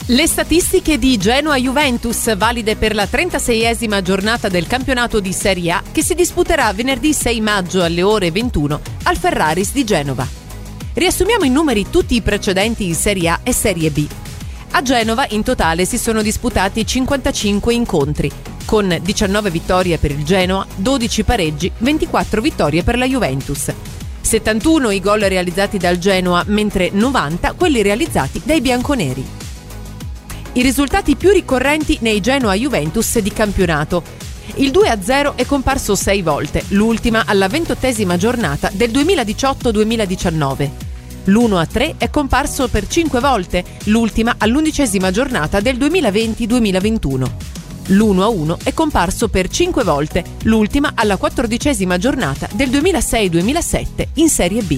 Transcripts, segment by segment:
Le statistiche di Genoa-Juventus, valide per la 36esima giornata del campionato di Serie A, che si disputerà venerdì 6 maggio alle ore 21 al Ferraris di Genova. Riassumiamo in numeri tutti i precedenti in Serie A e Serie B. A Genova in totale si sono disputati 55 incontri, con 19 vittorie per il Genoa, 12 pareggi, 24 vittorie per la Juventus. 71 i gol realizzati dal Genoa, mentre 90 quelli realizzati dai bianconeri. I risultati più ricorrenti nei Genoa-Juventus di campionato. Il 2-0 è comparso 6 volte, l'ultima alla 28esima giornata del 2018-2019. L'1-3 è comparso per 5 volte, l'ultima all'11esima giornata del 2020-2021. L'1-1 è comparso per 5 volte, l'ultima alla 14esima giornata del 2006-2007 in Serie B.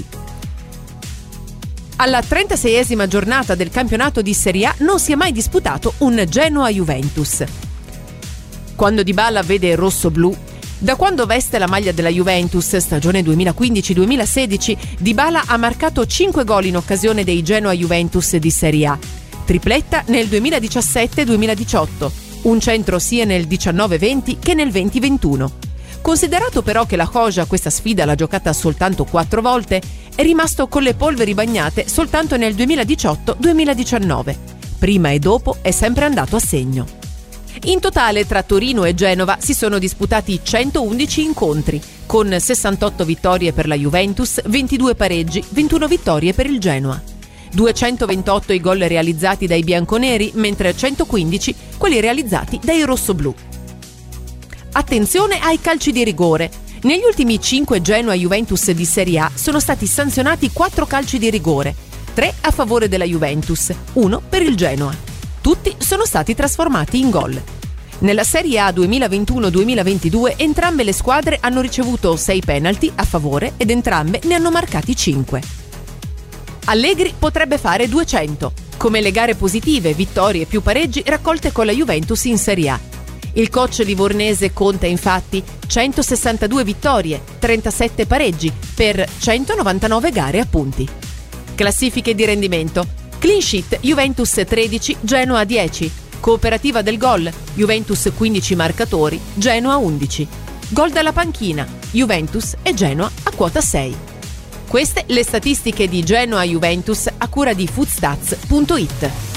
Alla 36esima giornata del campionato di Serie A non si è mai disputato un Genoa-Juventus. Quando Dybala vede il rosso-blu, da quando veste la maglia della Juventus, stagione 2015-2016, Dybala ha marcato 5 gol in occasione dei Genoa-Juventus di Serie A, tripletta nel 2017-2018, un centro sia nel 19-20 che nel 20-21. Considerato però che la Cosa questa sfida l'ha giocata soltanto 4 volte, è rimasto con le polveri bagnate soltanto nel 2018-2019. Prima e dopo è sempre andato a segno. In totale tra Torino e Genova si sono disputati 111 incontri, con 68 vittorie per la Juventus, 22 pareggi, 21 vittorie per il Genoa. 228 i gol realizzati dai bianconeri, mentre 115 quelli realizzati dai rossoblù. Attenzione ai calci di rigore. Negli ultimi 5 Genoa-Juventus di Serie A sono stati sanzionati 4 calci di rigore, 3 a favore della Juventus, 1 per il Genoa. Tutti sono stati trasformati in gol. Nella Serie A 2021-2022 entrambe le squadre hanno ricevuto 6 penalty a favore ed entrambe ne hanno marcati 5. Allegri potrebbe fare 200, come le gare positive, vittorie più pareggi raccolte con la Juventus in Serie A. Il coach livornese conta infatti 162 vittorie, 37 pareggi per 199 gare a punti. Classifiche di rendimento. Clean sheet Juventus 13, Genoa 10. Cooperativa del gol, Juventus 15 marcatori, Genoa 11. Gol dalla panchina, Juventus e Genoa a quota 6. Queste le statistiche di Genoa-Juventus a cura di footstats.it.